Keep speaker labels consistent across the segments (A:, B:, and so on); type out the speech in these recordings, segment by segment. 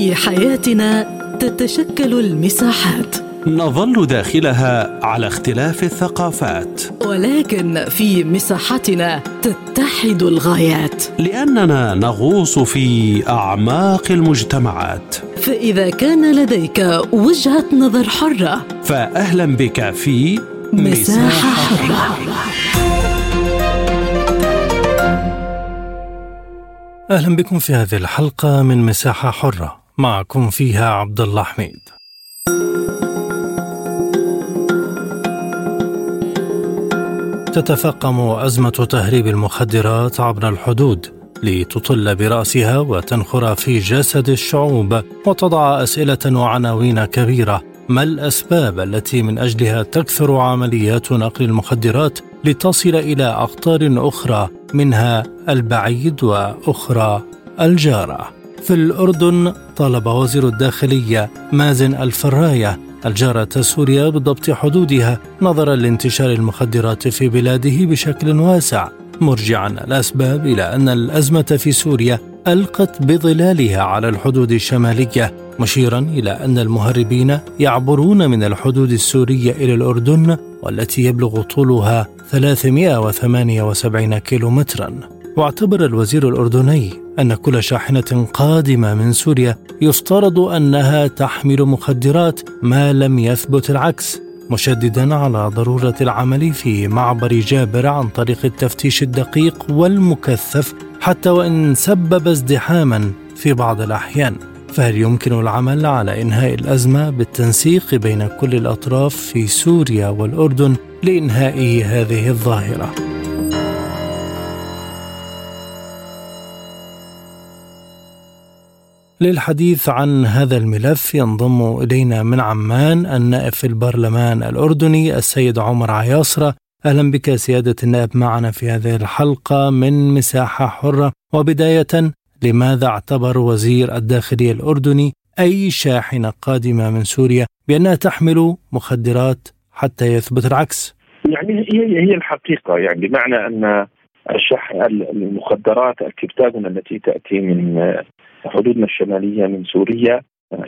A: في حياتنا تتشكل المساحات،
B: نظل داخلها على اختلاف الثقافات،
A: ولكن في مساحتنا تتحد الغايات،
B: لأننا نغوص في أعماق المجتمعات.
A: فإذا كان لديك وجهة نظر حرة،
B: فأهلا بك في
A: مساحة حرة.
C: أهلا بكم في هذه الحلقة من مساحة حرة، معكم فيها عبد الله حميد. تتفاقم أزمة تهريب المخدرات عبر الحدود لتطل برأسها وتنخر في جسد الشعوب، وتضع أسئلة وعناوين كبيرة. ما الأسباب التي من أجلها تكثر عمليات نقل المخدرات لتصل إلى أقطار أخرى، منها البعيد وأخرى الجارة؟ في الأردن طالب وزير الداخلية مازن الفراية الجارة سوريا بضبط حدودها نظرا لانتشار المخدرات في بلاده بشكل واسع، مرجعا الأسباب إلى أن الأزمة في سوريا ألقت بظلالها على الحدود الشمالية، مشيرا إلى أن المهربين يعبرون من الحدود السورية إلى الأردن والتي يبلغ طولها 378 كيلومترا. واعتبر الوزير الأردني أن كل شاحنة قادمة من سوريا يفترض أنها تحمل مخدرات ما لم يثبت العكس، مشددا على ضرورة العمل في معبر جابر عن طريق التفتيش الدقيق والمكثف حتى وإن سبب ازدحاما في بعض الأحيان. فهل يمكن العمل على إنهاء الأزمة بالتنسيق بين كل الأطراف في سوريا والأردن لإنهاء هذه الظاهرة؟ للحديث عن هذا الملف ينضم إلينا من عمان النائب في البرلمان الأردني السيد عمر عياصرة. أهلا بك سيادة النائب معنا في هذه الحلقة من مساحة حرة. وبداية، لماذا اعتبر وزير الداخلية الأردني أي شاحنة قادمة من سوريا بأنها تحمل مخدرات حتى يثبت العكس؟
D: يعني هي الحقيقة، يعني بمعنى أن المخدرات الكبتاجون التي تأتي من حدودنا الشمالية من سوريا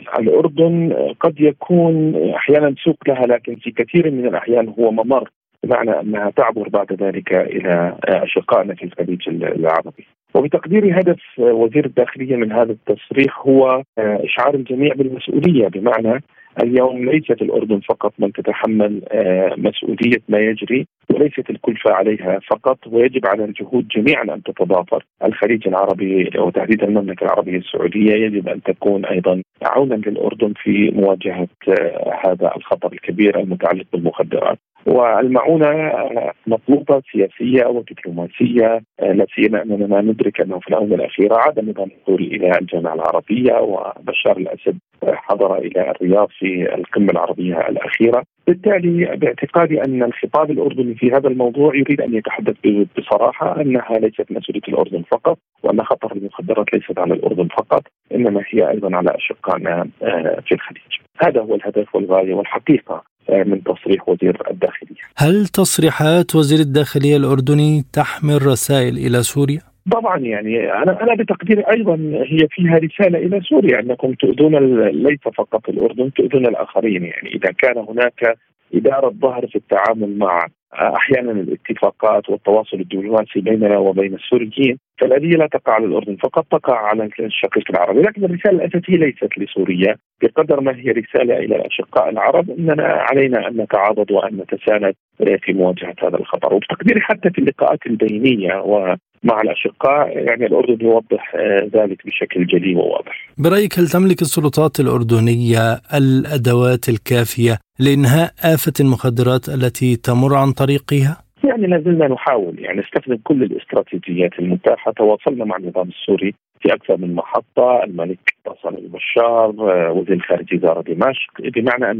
D: الأردن قد يكون أحيانا سوق لها، لكن في كثير من الأحيان هو ممر، بمعنى أنها تعبر بعد ذلك إلى أشقائنا في الخليج العربي. وبتقديري هدف وزير الداخلية من هذا التصريح هو إشعار الجميع بالمسؤولية، بمعنى اليوم ليست الأردن فقط من تتحمل مسؤولية ما يجري، وليست الكلفة عليها فقط، ويجب على الجهود جميعا أن تتضافر. الخليج العربي وتحديدا المملكة العربية السعودية يجب أن تكون أيضا عونا للأردن في مواجهة هذا الخطر الكبير المتعلق بالمخدرات. والمعونة مطلوبة سياسية ودبلوماسية، لا سيما أننا ندرك أنه في الآونة الأخيرة عاد النظام السوري إلى الجامعة العربية، وبشار الأسد حضر إلى الرياض في القمة العربية الأخيرة. بالتالي باعتقادي أن الخطاب الأردني في هذا الموضوع يريد أن يتحدث بصراحة أنها ليست مسؤولية الأردن فقط، وأن خطر المخدرات ليست على الأردن فقط، إنما هي أيضا على أشقائنا في الخليج. هذا هو الهدف والغاية والحقيقة من تصريح وزير الداخلية.
C: هل تصريحات وزير الداخلية الأردني تحمل رسائل إلى سوريا؟
D: طبعا، يعني أنا بتقديري أيضا هي فيها رسالة إلى سوريا أنكم تؤذون ليس فقط الأردن، تؤذون الآخرين. يعني إذا كان هناك إدارة ظهر في التعامل مع أحيانا الاتفاقات والتواصل الدبلوماسي بيننا وبين السوريين، فالآلية لا تقع على الأردن فقط، تقع على الشقيق العربي. لكن الرسالة الأساسية ليست لسوريا بقدر ما هي رسالة إلى الأشقاء العرب أننا علينا أن نتعاضد وأن نتساند في مواجهة هذا الخطر. وبتقديري حتى في اللقاءات البينية ومع الأشقاء يعني الأردن يوضح ذلك بشكل جلي وواضح.
C: برأيك هل تملك السلطات الأردنية الأدوات الكافية لإنهاء آفة المخدرات التي تمر عن طريقها؟
D: يعني لازلنا نحاول، يعني نستخدم كل الاستراتيجيات المتاحة. تواصلنا مع النظام السوري في أكثر من محطة، الملك اتصل ببشار، وزير الخارجية زار دمشق، بمعنى أن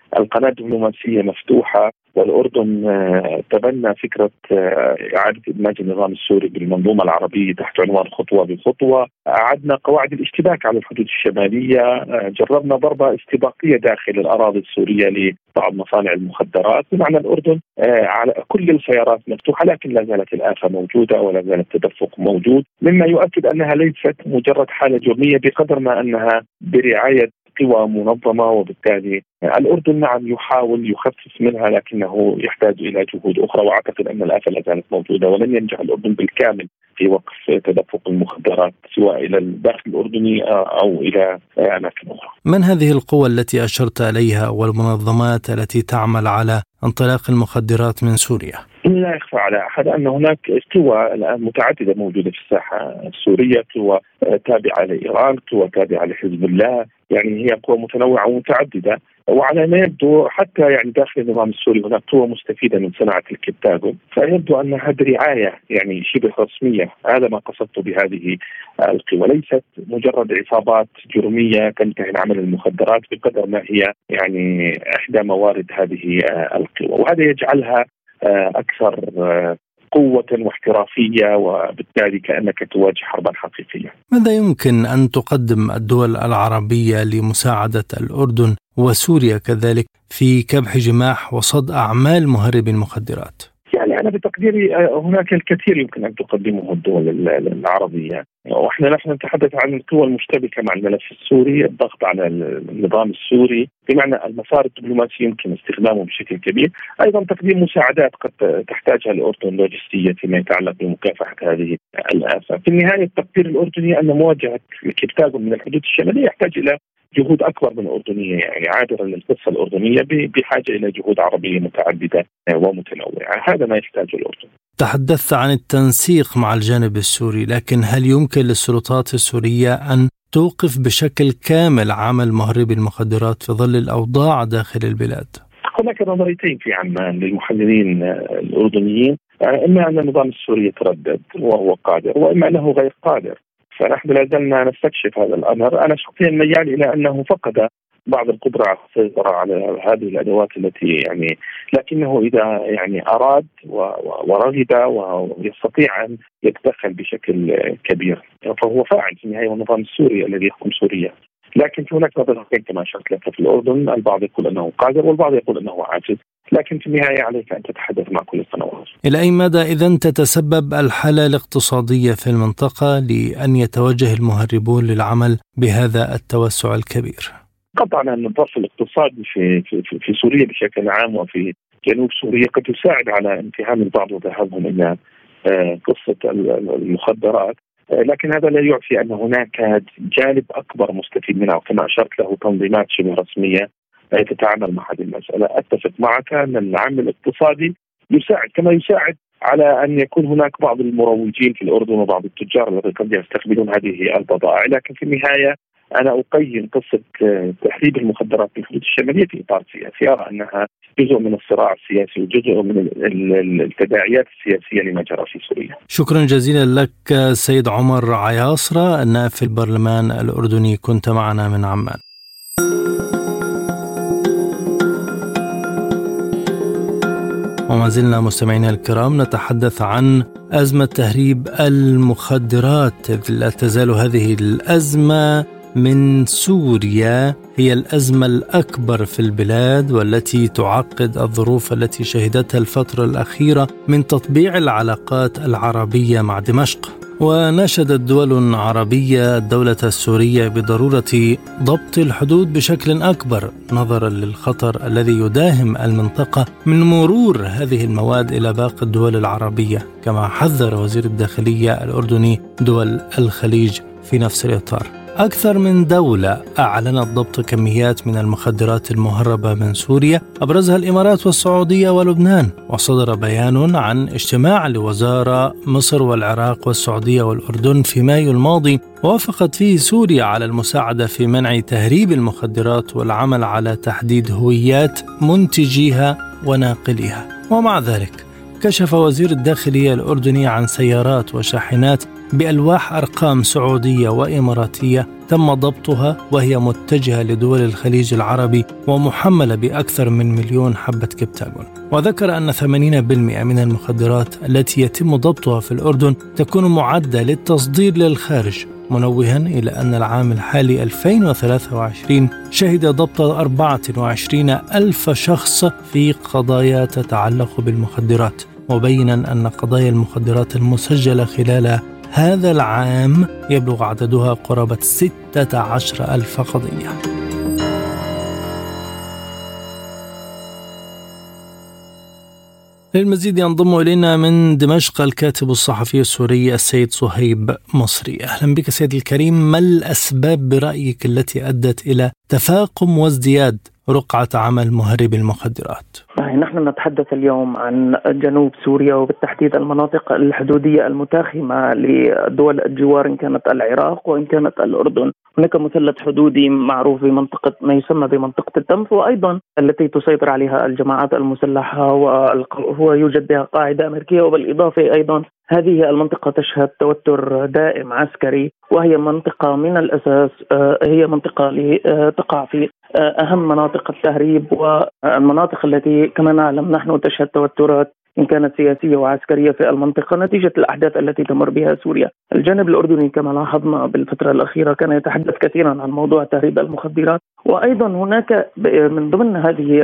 D: القناة الدبلوماسية مفتوحة، والأردن تبنى فكرة إعادة إدماج النظام السوري بالمنظومة العربية تحت عنوان خطوة بخطوة. أعدنا قواعد الاشتباك على الحدود الشمالية، جربنا ضربة استباقية داخل الأراضي السورية لبعض مصانع المخدرات. بمعنى الأردن على كل الخيارات مفتوحة، لكن لا زالت الآفة موجودة ولا زال التدفق موجود، مما يؤكد أنها ليست مجرد حالة جرمية بقدر ما أنها برعاية قوى منظمة. وبالتالي الأردن نعم يحاول يخفف منها، لكنه يحتاج إلى جهود أخرى، وأعتقد أن الآفة لا زالت موجودة ولن ينجح الأردن بالكامل في وقف تدفق المخدرات سواء إلى الداخل الأردني أو إلى أماكن أخرى.
C: من هذه القوى التي أشرت إليها والمنظمات التي تعمل على انطلاق المخدرات من سوريا؟
D: لا يخفى على أحد أن هناك قوى الآن متعددة موجودة في الساحة السورية، قوى تابعة لإيران، قوى تابعة لحزب الله، يعني هي قوى متنوعة ومتعددة. وعلى ما يبدو حتى يعني داخل النظام السوري هناك قوى مستفيدة من صناعة الكبتاغون، فيبدو أن هذه رعاية يعني شبه رسمية. هذا ما قصدت بهذه القوى، ليست مجرد عصابات جرمية تنتهي عن عمل المخدرات بقدر ما هي يعني إحدى موارد هذه القوى، وهذا يجعلها أكثر قوة واحترافية، وبالتالي كأنك تواجه حربا حقيقية.
C: ماذا يمكن أن تقدم الدول العربية لمساعدة الأردن وسوريا كذلك في كبح جماح وصد أعمال مهربي المخدرات؟
D: يعني أنا بتقديري هناك الكثير يمكن أن تقدمه الدول العربية، نحن نتحدث عن القوى المشتبكة مع الملف السوري، الضغط على النظام السوري، بمعنى المسار الدبلوماسي يمكن استخدامه بشكل كبير، أيضا تقديم مساعدات قد تحتاجها الأردن لوجستية فيما يتعلق بمكافحة هذه الآفة. في النهاية التقدير الأردني أن مواجهة الكبتاغون من الحدود الشمالية يحتاج إلى جهود أكبر من الأردنية، يعني عابرة للقصة الأردنية بحاجة إلى جهود عربية متعددة ومتنوعة. هذا ما يحتاجه الأردن.
C: تحدثت عن التنسيق مع الجانب السوري، لكن هل يمكن للسلطات السورية أن توقف بشكل كامل عمل مهربي المخدرات في ظل الأوضاع داخل البلاد؟
D: هناك نظريتين في عمان للمحللين الأردنيين، إما أن النظام السوري يتردد وهو قادر، وإما أنه غير قادر. فنحن لا زلنا نستكشف هذا الأمر. أنا شخصيا ميال إلى أنه فقد بعض القدرة على السيطرة على هذه الأدوات التي يعني، لكنه إذا يعني أراد ورغب ويستطيع أن يتدخل بشكل كبير فهو فاعل في النهاية، والنظام السوري الذي يحكم سوريا. لكن هناك نظرتين كما أشرت لك في الأردن، البعض يقول أنه قادر والبعض يقول أنه عاجز، لكن في النهاية عليك أن تتحدث مع كل القنوات.
C: إلى أي مدى إذن تتسبب الحالة الاقتصادية في المنطقة لأن يتوجه المهربون للعمل بهذا التوسع الكبير؟
D: قطعا أن الظرف الاقتصادي في سوريا بشكل عام وفي جنوب سوريا قد يساعد على انتهاء البعض وذهابهم إلى قصة المخدرات، لكن هذا لا يعفي أن هناك جانب أكبر مستفيد منها، وكما أشرت له تنظيمات شبه رسمية تتعامل مع هذه المسألة. أتفق معك أن العامل الاقتصادي يساعد، كما يساعد على أن يكون هناك بعض المروجين في الأردن وبعض التجار الذين قد يستقبلون هذه البضائع، لكن في النهاية أنا أقيم قصة تهريب المخدرات في الحدود الشمالية في إطار سياسي، أرى أنها جزء من الصراع السياسي وجزء من التداعيات السياسية لما جرى في سوريا.
C: شكرا جزيلا لك سيد عمر عياصرة، النائب في البرلمان الأردني، كنت معنا من عمان. وما زلنا مستمعينا الكرام نتحدث عن أزمة تهريب المخدرات. لا تزال هذه الأزمة من سوريا هي الأزمة الأكبر في البلاد، والتي تعقد الظروف التي شهدتها الفترة الأخيرة من تطبيع العلاقات العربية مع دمشق. وناشدت دول عربية الدولة السورية بضرورة ضبط الحدود بشكل أكبر نظرا للخطر الذي يداهم المنطقة من مرور هذه المواد إلى باقي الدول العربية، كما حذر وزير الداخلية الأردني دول الخليج في نفس الإطار. أكثر من دولة أعلنت ضبط كميات من المخدرات المهربة من سوريا، أبرزها الإمارات والسعودية ولبنان. وصدر بيان عن اجتماع لوزارة مصر والعراق والسعودية والأردن في مايو الماضي، وافقت فيه سوريا على المساعدة في منع تهريب المخدرات والعمل على تحديد هويات منتجيها وناقليها. ومع ذلك كشف وزير الداخلية الأردني عن سيارات وشاحنات بألواح أرقام سعودية وإماراتية تم ضبطها وهي متجهة لدول الخليج العربي ومحملة بأكثر من 1,000,000 حبة كبتاغون. وذكر أن 80% من المخدرات التي يتم ضبطها في الأردن تكون معدة للتصدير للخارج، منوها إلى أن العام الحالي 2023 شهد ضبط 24,000 شخص في قضايا تتعلق بالمخدرات، مبينا أن قضايا المخدرات المسجلة خلال هذا العام يبلغ عددها قرابة 16,000 قضية. للمزيد ينضم إلينا من دمشق الكاتب الصحفي السوري السيد صهيب مصري. أهلا بك سيد الكريم. ما الأسباب برأيك التي أدت إلى تفاقم وازدياد رقعة عمل مهربي المخدرات؟
E: نحن نتحدث اليوم عن جنوب سوريا وبالتحديد المناطق الحدودية المتاخمة لدول الجوار، إن كانت العراق وإن كانت الأردن. هناك مثلث حدودي معروف بمنطقة ما يسمى بمنطقة التنف، وأيضا التي تسيطر عليها الجماعات المسلحة وهو يوجد بها قاعدة أمريكية. وبالإضافة أيضا هذه المنطقة تشهد توتر دائم عسكري، وهي منطقة من الأساس هي منطقة تقع في أهم مناطق التهريب والمناطق التي كما نعلم نحن تشهد توترات إن كانت سياسية وعسكرية في المنطقة نتيجة الأحداث التي تمر بها سوريا. الجانب الأردني كما لاحظنا بالفترة الأخيرة كان يتحدث كثيرا عن موضوع تهريب المخدرات، وأيضا هناك من ضمن هذه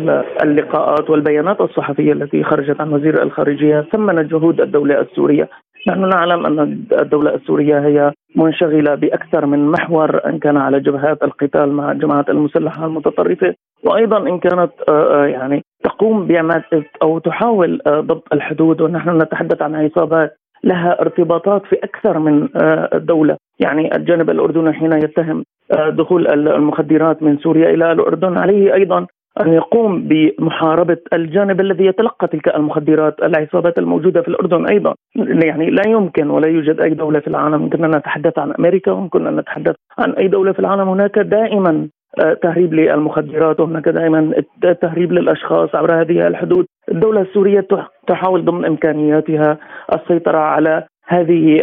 E: اللقاءات والبيانات الصحفية التي خرجت عن وزير الخارجية ثمن جهود الدولة السورية. نحن نعلم أن الدولة السورية هي منشغلة بأكثر من محور، إن كان على جبهات القتال مع الجماعات المسلحة المتطرفة، وأيضا إن كانت يعني تقوم بعمل أو تحاول ضبط الحدود. ونحن نتحدث عن عصابات لها ارتباطات في أكثر من دولة. يعني الجانب الأردني حين يتهم دخول المخدرات من سوريا إلى الأردن عليه أيضا أن يقوم بمحاربة الجانب الذي يتلقى تلك المخدرات، العصابات الموجودة في الأردن أيضا. يعني لا يمكن ولا يوجد أي دولة في العالم، كنا نتحدث عن أمريكا وكنا نتحدث عن أي دولة في العالم، هناك دائما تهريب للمخدرات وهناك دائما تهريب للأشخاص عبر هذه الحدود. الدولة السورية تحاول ضمن إمكانياتها السيطرة على هذه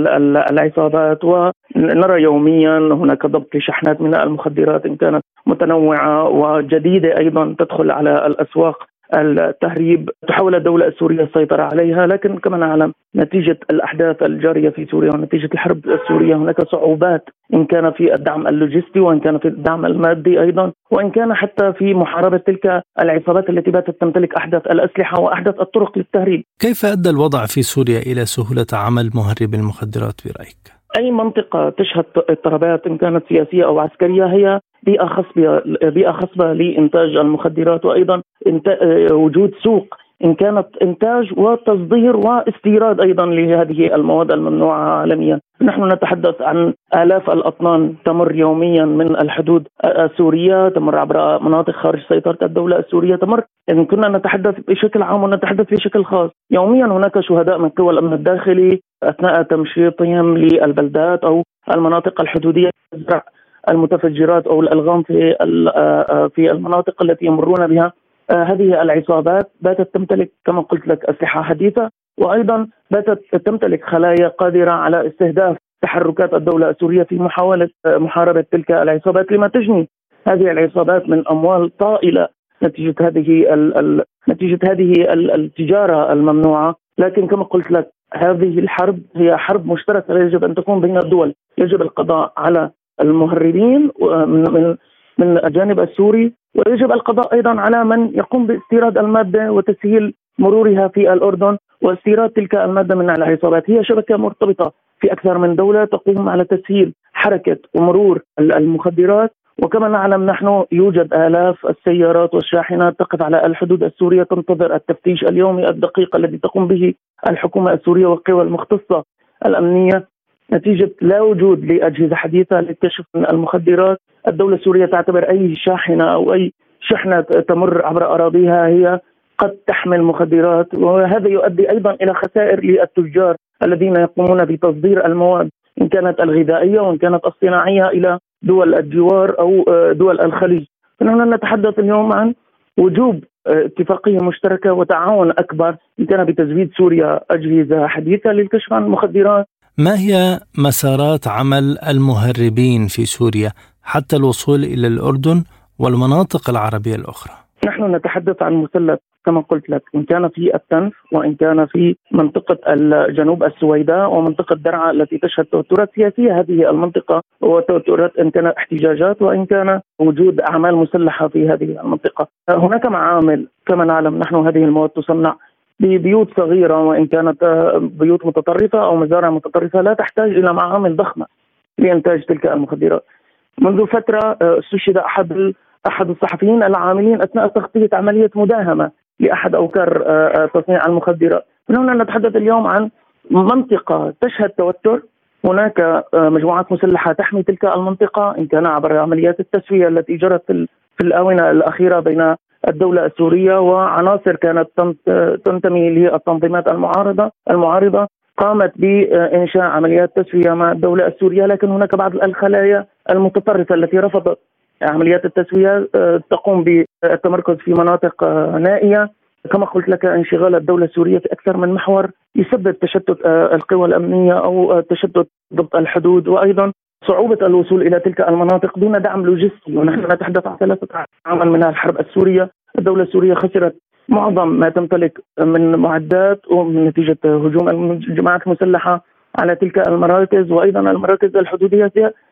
E: العصابات، ونرى يوميا هناك ضبط لشحنات من المخدرات إن كانت متنوعة وجديدة أيضا تدخل على الأسواق. التهريب تحاول الدولة السورية السيطرة عليها، لكن كما نعلم نتيجة الأحداث الجارية في سوريا ونتيجة الحرب السورية هناك صعوبات، إن كان في الدعم اللوجستي وإن كان في الدعم المادي أيضا، وإن كان حتى في محاربة تلك العصابات التي باتت تمتلك أحدث الأسلحة وأحدث الطرق للتهريب.
C: كيف أدى الوضع في سوريا إلى سهولة عمل مهربي المخدرات برأيك؟
E: أي منطقة تشهد اضطرابات إن كانت سياسية أو عسكرية هي بيئة خصبة لإنتاج المخدرات، وأيضا وجود سوق إن كانت إنتاج وتصدير واستيراد أيضا لهذه المواد الممنوعة عالميا. نحن نتحدث عن آلاف الأطنان تمر يوميا من الحدود السورية، تمر عبر مناطق خارج سيطرة الدولة السورية، تمر إن كنا نتحدث بشكل عام ونتحدث بشكل خاص. يوميا هناك شهداء من قوى الأمن الداخلي أثناء تمشيطهم للبلدات أو المناطق الحدودية تزرع المتفجرات أو الألغام في المناطق التي يمرون بها. هذه العصابات باتت تمتلك كما قلت لك أسلحة حديثة، وأيضا باتت تمتلك خلايا قادرة على استهداف تحركات الدولة السورية في محاولة محاربة تلك العصابات، لما تجني هذه العصابات من أموال طائلة نتيجة هذه التجارة الممنوعة. لكن كما قلت لك هذه الحرب هي حرب مشتركة يجب أن تكون بين الدول، يجب القضاء على المهربين من الجانب السوري، ويجب القضاء أيضا على من يقوم باستيراد المادة وتسهيل مرورها في الأردن واستيراد تلك المادة من العصابات. هي شبكة مرتبطة في أكثر من دولة تقوم على تسهيل حركة ومرور المخدرات. وكما نعلم نحن يوجد آلاف السيارات والشاحنات تقف على الحدود السورية تنتظر التفتيش اليومي الدقيق الذي تقوم به الحكومة السورية والقوى المختصة الأمنية. نتيجة لا وجود لأجهزة حديثة للكشف من المخدرات، الدولة السورية تعتبر أي شاحنة أو أي شحنة تمر عبر أراضيها هي قد تحمل مخدرات، وهذا يؤدي أيضا إلى خسائر للتجار الذين يقومون بتصدير المواد إن كانت الغذائية وإن كانت الصناعية إلى دول الجوار أو دول الخليج. فنحن نتحدث اليوم عن وجوب اتفاقية مشتركة وتعاون أكبر إن كان بتزويد سوريا أجهزة حديثة للكشف عن المخدرات،
C: ما هي مسارات عمل المهربين في سوريا حتى الوصول إلى الأردن والمناطق العربية الأخرى؟
E: نحن نتحدث عن مثلث كما قلت لك، إن كان في التنف وإن كان في منطقة جنوب السويداء ومنطقة درعا التي تشهد توترات سياسية. هذه المنطقة وتوترات إن كان احتجاجات وإن كان وجود أعمال مسلحة في هذه المنطقة. هناك معامل كما نعلم نحن، هذه المواد تصنع ببيوت صغيرة وإن كانت بيوت متطرفة أو مزارع متطرفة لا تحتاج إلى معامل ضخمة لإنتاج تلك المخدرات. منذ فترة استشهد أحد الصحفيين العاملين أثناء تغطية عملية مداهمة لأحد أوكار تصنيع المخدرات. من هنا نتحدث اليوم عن منطقة تشهد توتر، هناك مجموعات مسلحة تحمي تلك المنطقة، إن كان عبر عمليات التسوية التي جرت في الآونة الأخيرة بين الدولة السورية وعناصر كانت تنتمي للتنظيمات المعارضة قامت بإنشاء عمليات تسوية مع الدولة السورية. لكن هناك بعض الخلايا المتطرفة التي رفضت عمليات التسوية تقوم بالتمركز في مناطق نائية. كما قلت لك، انشغال الدولة السورية في أكثر من محور يسبب تشتت القوى الأمنية أو تشتت ضبط الحدود، وأيضا صعوبة الوصول إلى تلك المناطق دون دعم لوجستي. ونحن نتحدث عن 3 عام من الحرب السورية، الدولة السورية خسرت معظم ما تمتلك من معدات ومن نتيجة هجوم الجماعات المسلحة على تلك المراكز وأيضا المراكز الحدودية.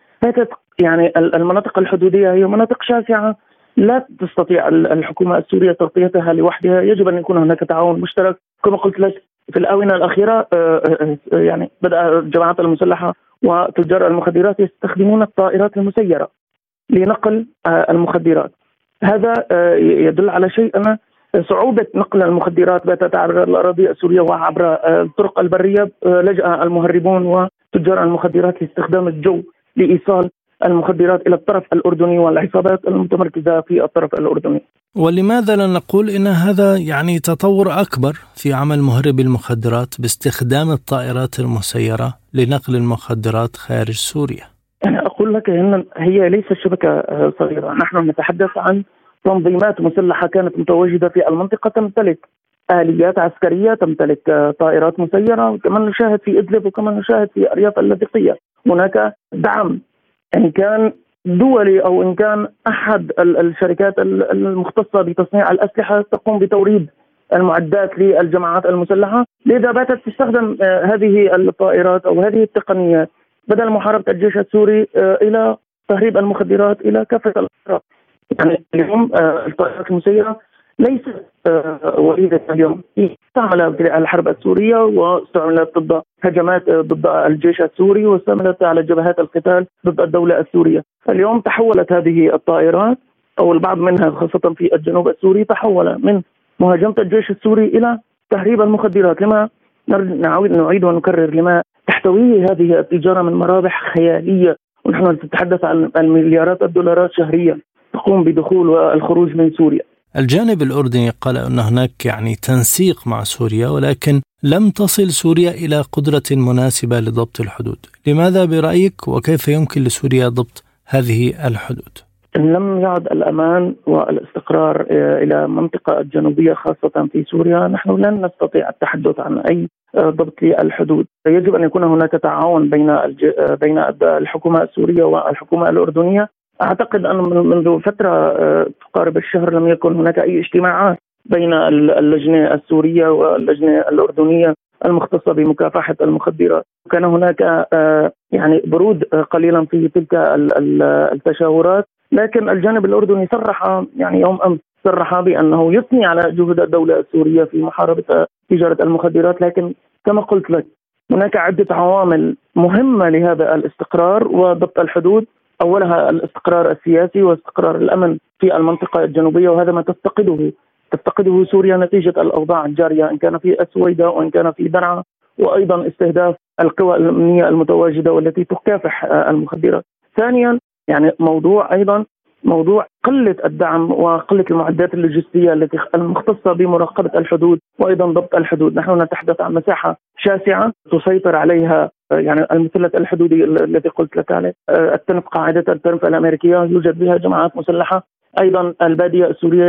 E: يعني المناطق الحدودية هي مناطق شاسعة لا تستطيع الحكومة السورية تغطيتها لوحدها، يجب أن يكون هناك تعاون مشترك. كما قلت لك في الآونة الأخيرة يعني بدأ الجماعات المسلحة وتجار المخدرات يستخدمون الطائرات المسيرة لنقل المخدرات. هذا يدل على شيء، أن صعوبة نقل المخدرات باتت عبر الأراضي السورية وعبر الطرق البرية. لجأ المهربون وتجار المخدرات لاستخدام الجو لإيصال المخدرات إلى الطرف الأردني والعصابات المتمركزة في الطرف الأردني.
C: ولماذا لا نقول إن هذا يعني تطور أكبر في عمل مهربي المخدرات باستخدام الطائرات المسيرة لنقل المخدرات خارج سوريا؟
E: أنا أقول لك إن هي ليست شبكة صغيرة، نحن نتحدث عن تنظيمات مسلحة كانت متواجدة في المنطقة، تمتلك آليات عسكرية، تمتلك طائرات مسيرة، كما نشاهد في إدلب وكما نشاهد في أرياف اللاذقية. هناك دعم إن كان دولي أو إن كان أحد الشركات المختصة بتصنيع الأسلحة تقوم بتوريد المعدات للجماعات المسلحة، لذا باتت تستخدم هذه الطائرات أو هذه التقنيات بدل محاربة الجيش السوري إلى تهريب المخدرات إلى كافة الأطراف. يعني اليوم الطائرات المسيرة ليست وليدة اليوم، استعملت في الحرب السورية واستعملت ضد هجمات ضد الجيش السوري واستعملت على جبهات القتال ضد الدولة السورية. اليوم تحولت هذه الطائرات أو البعض منها خاصة في الجنوب السوري تحول من مهاجمة الجيش السوري إلى تهريب المخدرات. لما نعيد ونكرر، لما تحتويه هذه التجارة من مرابح خيالية، ونحن نتحدث عن المليارات الدولارات شهريا تقوم بدخول والخروج من سوريا.
C: الجانب الأردني قال أن هناك يعني تنسيق مع سوريا، ولكن لم تصل سوريا إلى قدرة مناسبة لضبط الحدود. لماذا برأيك وكيف يمكن لسوريا ضبط هذه الحدود؟
E: إن لم يعد الأمان والاستقرار إلى المنطقة الجنوبية خاصة في سوريا، نحن لن نستطيع التحدث عن أي ضبط للحدود. يجب أن يكون هناك تعاون بين الحكومة السورية والحكومة الأردنية. أعتقد أن منذ فترة تقارب الشهر لم يكن هناك أي اجتماعات بين اللجنة السورية واللجنة الأردنية المختصة بمكافحة المخدرات. كان هناك يعني برود قليلا في تلك التشاورات، لكن الجانب الأردني صرح يعني يوم أمس صرح بأنه يثني على جهود الدولة السورية في محاربة تجارة المخدرات. لكن كما قلت لك هناك عدة عوامل مهمة لهذا الاستقرار وضبط الحدود. أولها الاستقرار السياسي واستقرار الأمن في المنطقة الجنوبية، وهذا ما تفتقده سوريا نتيجة الأوضاع الجارية إن كان في السويداء وإن كان في درعا، وأيضا استهداف القوى الأمنية المتواجدة والتي تكافح المخدرات. ثانيا يعني موضوع قلة الدعم وقلة المعدات اللوجستية التي المختصة بمراقبة الحدود وأيضا ضبط الحدود. نحن نتحدث عن مساحة شاسعة تسيطر عليها يعني المثلث الحدودي الذي قلت لك عليه، التنف، قاعدة التنف الأمريكية يوجد بها جماعات مسلحة، أيضا البادية السورية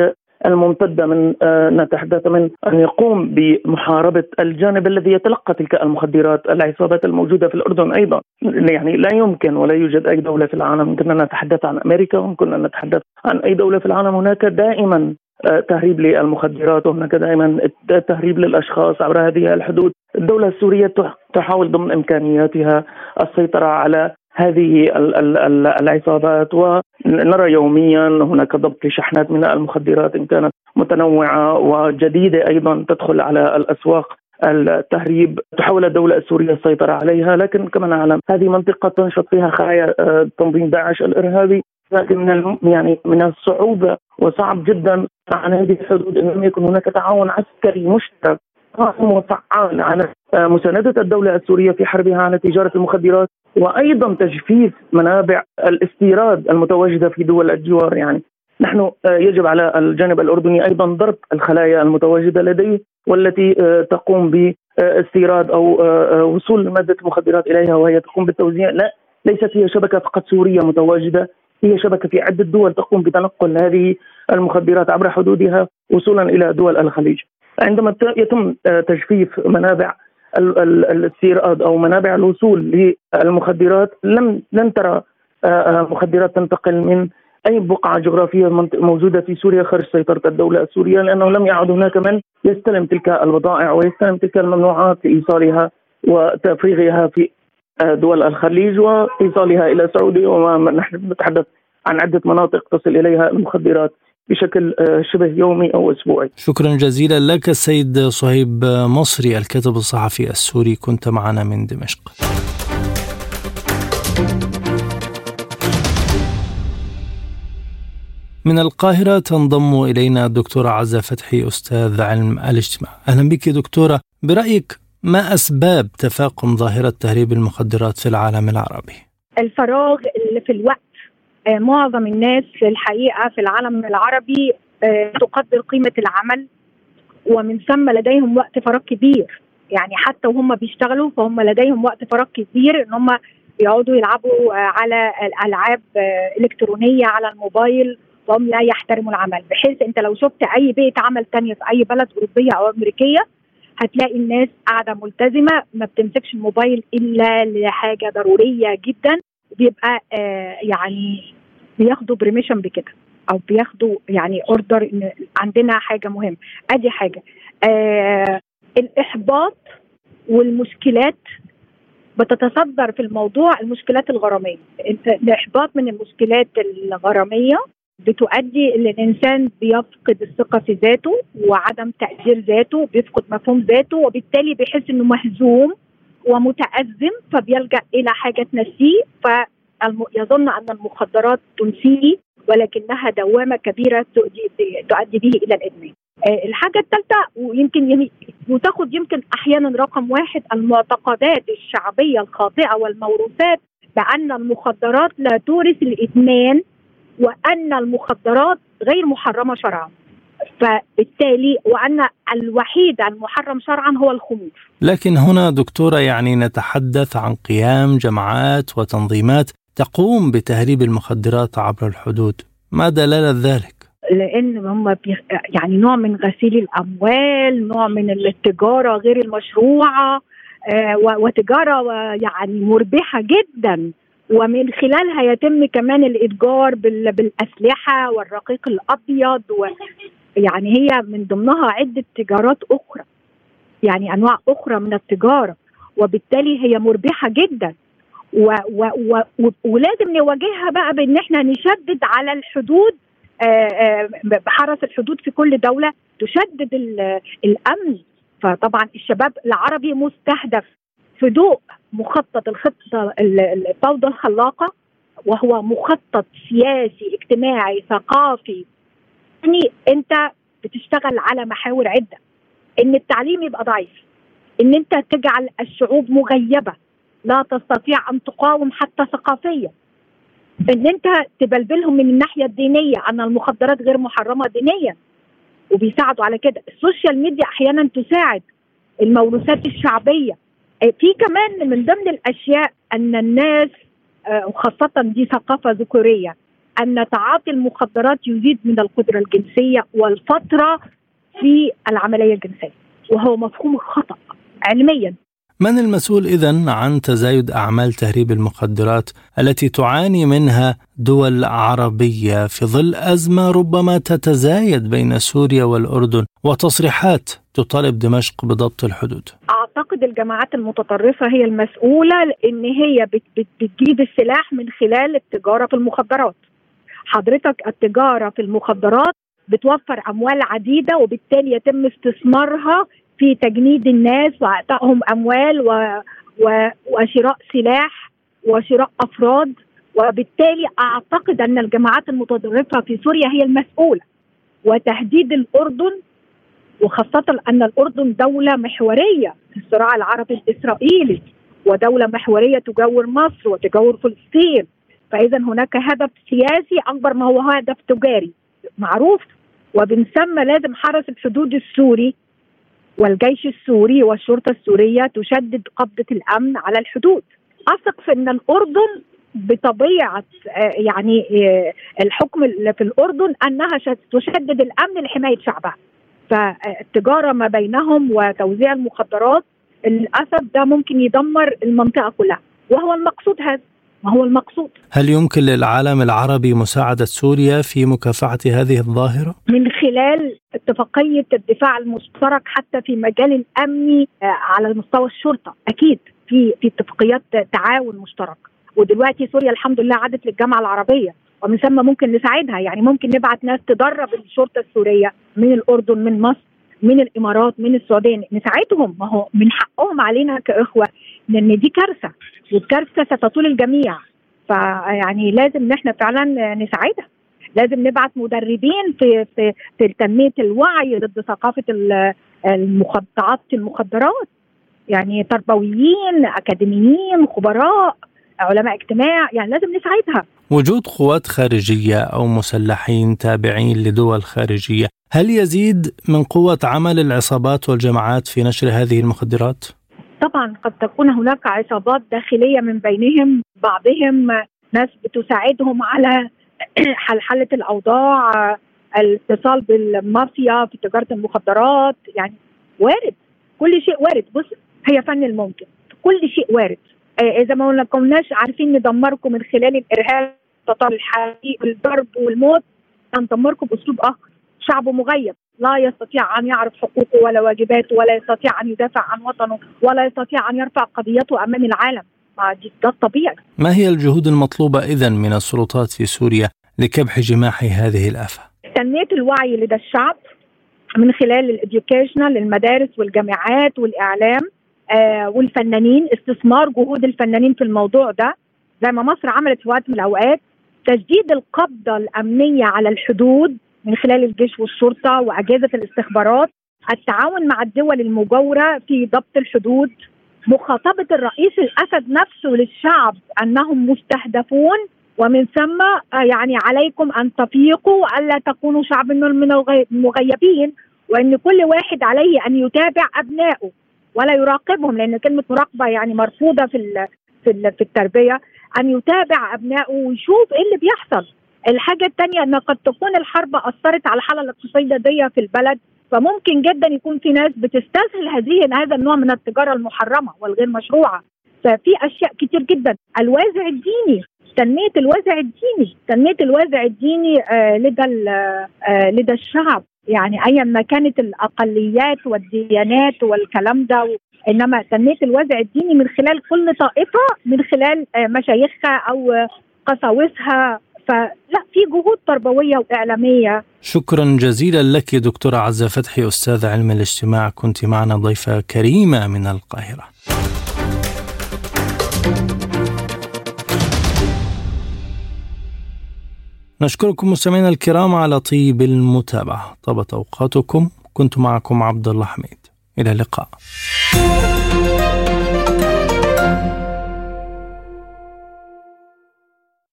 E: الممتدة من نتحدث من أن يقوم بمحاربة الجانب الذي يتلقى تلك المخدرات، العصابات الموجودة في الأردن أيضا. يعني لا يمكن ولا يوجد أي دولة في العالم، كنا نتحدث عن أمريكا وكنا نتحدث عن أي دولة في العالم، هناك دائما تهريب للمخدرات وهناك دائما تهريب للأشخاص عبر هذه الحدود. الدولة السورية تحاول ضمن إمكانياتها السيطرة على هذه العصابات، ونرى يوميا هناك ضبط لشحنات من المخدرات إن كانت متنوعة وجديدة أيضا تدخل على الأسواق. التهريب تحاول الدولة السورية السيطرة عليها، لكن كما نعلم هذه منطقة تنشط فيها خلايا تنظيم داعش الإرهابي، لكن من الصعوبة وصعب جدا عن هذه الحدود أن لم يكن هناك تعاون عسكري مشترك قائم وفعال على مساندة الدولة السورية في حربها على تجارة المخدرات، وأيضا تجفيف منابع الاستيراد المتواجدة في دول الجوار. يعني نحن يجب على الجانب الأردني أيضا ضرب الخلايا المتواجدة لديه والتي تقوم باستيراد أو وصول مادة المخدرات إليها وهي تقوم بالتوزيع. ليست هي شبكة فقط سورية متواجدة، هي شبكة في عدة دول تقوم بتنقل هذه المخدرات عبر حدودها وصولا إلى دول الخليج. عندما يتم تجفيف منابع الاستيراد أو منابع الوصول للمخدرات لن ترى مخدرات تنتقل من أي بقعة جغرافية موجودة في سوريا خارج سيطرة الدولة السورية، لأنه لم يعد هناك من يستلم تلك البضائع ويستلم تلك الممنوعات لإيصالها وتفريغها في دول الخليج وإيصالها إلى السعودية. ونحن نتحدث عن عدة مناطق تصل إليها المخدرات بشكل شبه يومي أو أسبوعي.
C: شكرا جزيلا لك السيد صهيب مصري الكاتب الصحفي السوري، كنت معنا من دمشق. من القاهرة تنضم إلينا الدكتورة عزة فتحي أستاذ علم الاجتماع. أهلا بك دكتورة، برأيك ما أسباب تفاقم ظاهرة تهريب المخدرات في العالم العربي؟
F: الفراغ اللي في الوقت. معظم الناس في الحقيقة في العالم العربي تقدر قيمة العمل، ومن ثم لديهم وقت فراغ كبير. يعني حتى وهم بيشتغلوا فهم لديهم وقت فراغ كبير ان هم يقعدوا يلعبوا على الألعاب إلكترونية على الموبايل، وهم لا يحترموا العمل. بحيث انت لو شفت اي بيئة عمل تانية في اي بلد أوروبية او أمريكية هتلاقي الناس قاعدة ملتزمة ما بتمسكش الموبايل إلا لحاجة ضرورية جدا، بيبقى يعني بياخدوا بريميشن بكده او بياخدوا يعني اوردر ان عندنا حاجة مهمة. ادي حاجة. الإحباط والمشكلات بتتصدر في الموضوع. المشكلات الغرامية، الإحباط من المشكلات الغرامية بتؤدي إلى الإنسان بيفقد الثقة في ذاته وعدم تقدير ذاته، بيفقد مفهوم ذاته، وبالتالي بيحس إنه مهزوم ومتأزم فبيلجأ إلى حاجة تنسيه، فيظن أن المخدرات تنسيه، ولكنها دوامة كبيرة تؤدي به إلى الإدمان. الحاجة الثالثة ويمكن وتاخد يمكن أحيانا رقم واحد، المعتقدات الشعبية الخاطئة والموروثات بأن المخدرات لا تورث الإدمان وأن المخدرات غير محرمة شرعا، فبالتالي وأن الوحيد المحرم شرعا هو الخمور.
C: لكن هنا دكتورة يعني نتحدث عن قيام جماعات وتنظيمات تقوم بتهريب المخدرات عبر الحدود، ما دلالة ذلك؟
F: لأن هم يعني نوع من غسيل الأموال، نوع من التجارة غير المشروعة، وتجارة يعني مربحة جدا، ومن خلالها يتم كمان الإتجار بالأسلحة والرقيق الأبيض، يعني هي من ضمنها عدة تجارات أخرى، يعني أنواع أخرى من التجارة، وبالتالي هي مربحة جدا. ولازم نواجهها بقى بأن احنا نشدد على الحدود، بحرس الحدود في كل دولة تشدد الأمن. فطبعا الشباب العربي مستهدف في ضوء مخطط الخطة الفوضى الخلاقة، وهو مخطط سياسي اجتماعي ثقافي. يعني انت بتشتغل على محاور عدة، ان التعليم يبقى ضعيف، ان انت تجعل الشعوب مغيبة لا تستطيع ان تقاوم حتى ثقافيا، ان انت تبلبلهم من الناحية الدينية ان المخدرات غير محرمة دينيا، وبيساعدوا على كده. السوشيال ميديا احيانا تساعد الموروثات الشعبية. في كمان من ضمن الاشياء ان الناس وخاصة دي ثقافة ذكورية، أن تعاطي المخدرات يزيد من القدرة الجنسية والفترة في العملية الجنسية، وهو مفهوم خطأ علميا.
C: من المسؤول إذن عن تزايد أعمال تهريب المخدرات التي تعاني منها دول عربية في ظل أزمة ربما تتزايد بين سوريا والأردن وتصريحات تطالب دمشق بضبط الحدود؟
F: أعتقد الجماعات المتطرفة هي المسؤولة، لأن هي بتجيب السلاح من خلال التجارة في المخدرات. حضرتك التجارة في المخدرات بتوفر أموال عديدة، وبالتالي يتم استثمارها في تجنيد الناس وإعطائهم أموال وشراء سلاح وشراء أفراد. وبالتالي أعتقد أن الجماعات المتطرفة في سوريا هي المسؤولة، وتهديد الأردن، وخاصة أن الأردن دولة محورية في الصراع العربي الإسرائيلي، ودولة محورية تجاور مصر وتجاور فلسطين. فإذا هناك هدف سياسي أكبر ما هو هدف تجاري معروف. ومن ثم لازم حرس الحدود السوري والجيش السوري والشرطة السورية تشدد قبضة الأمن على الحدود. أثق في أن الأردن بطبيعة يعني الحكم في الأردن أنها تشدد الأمن لحماية شعبها. فالتجارة ما بينهم وتوزيع المخدرات للأسف ده ممكن يدمر المنطقة كلها، وهو المقصود هذا، ما هو المقصود.
C: هل يمكن للعالم العربي مساعدة سوريا في مكافحة هذه الظاهرة؟
F: من خلال اتفاقية الدفاع المشترك حتى في مجال الأمني على مستوى الشرطة. أكيد في اتفاقيات تعاون مشترك، ودلوقتي سوريا الحمد لله عادت للجامعة العربية، ومن ثم ممكن نساعدها. يعني ممكن نبعت ناس تدرب الشرطة السورية من الأردن، من مصر، من الإمارات، من السعودية، نساعدهم. ما هو من حقهم علينا كإخوة، لأن دي كارثة، والكارثة ستطول الجميع. فيعني لازم نحن فعلا نساعدها. لازم نبعث مدربين في تنمية الوعي ضد ثقافة تعاطي المخدرات، يعني تربويين، أكاديميين، خبراء، علماء اجتماع، يعني لازم نساعدها.
C: وجود قوات خارجية أو مسلحين تابعين لدول خارجية هل يزيد من قوة عمل العصابات والجماعات في نشر هذه المخدرات؟
F: طبعا قد تكون هناك عصابات داخلية من بينهم، بعضهم ناس بتساعدهم على حلحلة الأوضاع، الاتصال بالمافيا في تجارة المخدرات. يعني وارد، كل شيء وارد. بص، هي فن الممكن، كل شيء وارد. إذا ما كناش عارفين ندمركم من خلال الإرهاب، تطال الحريق والضرب والموت، ندمركم بأسلوب آخر. شعب مغيب لا يستطيع أن يعرف حقوقه ولا واجباته، ولا يستطيع أن يدافع عن وطنه، ولا يستطيع أن يرفع قضيته أمام العالم. ده الطبيعي.
C: ما هي الجهود المطلوبة إذن من السلطات في سوريا لكبح جماح هذه الآفة؟
F: تنمية الوعي لدى الشعب من خلال الإديوكيشنال، المدارس والجامعات والإعلام والفنانين، استثمار جهود الفنانين في الموضوع ده زي ما مصر عملت في وقت من الأوقات. تجديد القبضة الأمنية على الحدود من خلال الجيش والشرطة وأجهزة الاستخبارات، التعاون مع الدول المجاورة في ضبط الحدود، مخاطبة الرئيس الأسد نفسه للشعب أنهم مستهدفون، ومن ثم يعني عليكم أن تفيقوا ألا تكونوا شعب من المغيبين، وأن كل واحد عليه أن يتابع أبنائه ولا يراقبهم، لأن كلمة مراقبة يعني مرفوضة في التربية. أن يتابع أبنائه ويشوف إيه اللي بيحصل. الحاجة الثانية أن قد تكون الحرب أثرت على الحالة الاقتصادية دي في البلد، فممكن جدا يكون في ناس بتستسهل هذا النوع من التجارة المحرمة والغير مشروعة. ففي أشياء كتير جدا. الوازع الديني، تنمية الوازع الديني لدى الشعب، يعني أيا ما كانت الأقليات والديانات والكلام ده، إنما تنمية الوازع الديني من خلال كل طائفة، من خلال مشايخها أو قساوسها. فلا، في جهود تربوية وإعلامية.
C: شكرا جزيلا لك دكتورة عزة فتحي، أستاذ علم الاجتماع، كنت معنا ضيفة كريمة من القاهرة. نشكركم مستمعينا الكرام على طيب المتابعة. طابت أوقاتكم. كنت معكم عبد الله حميد. إلى اللقاء.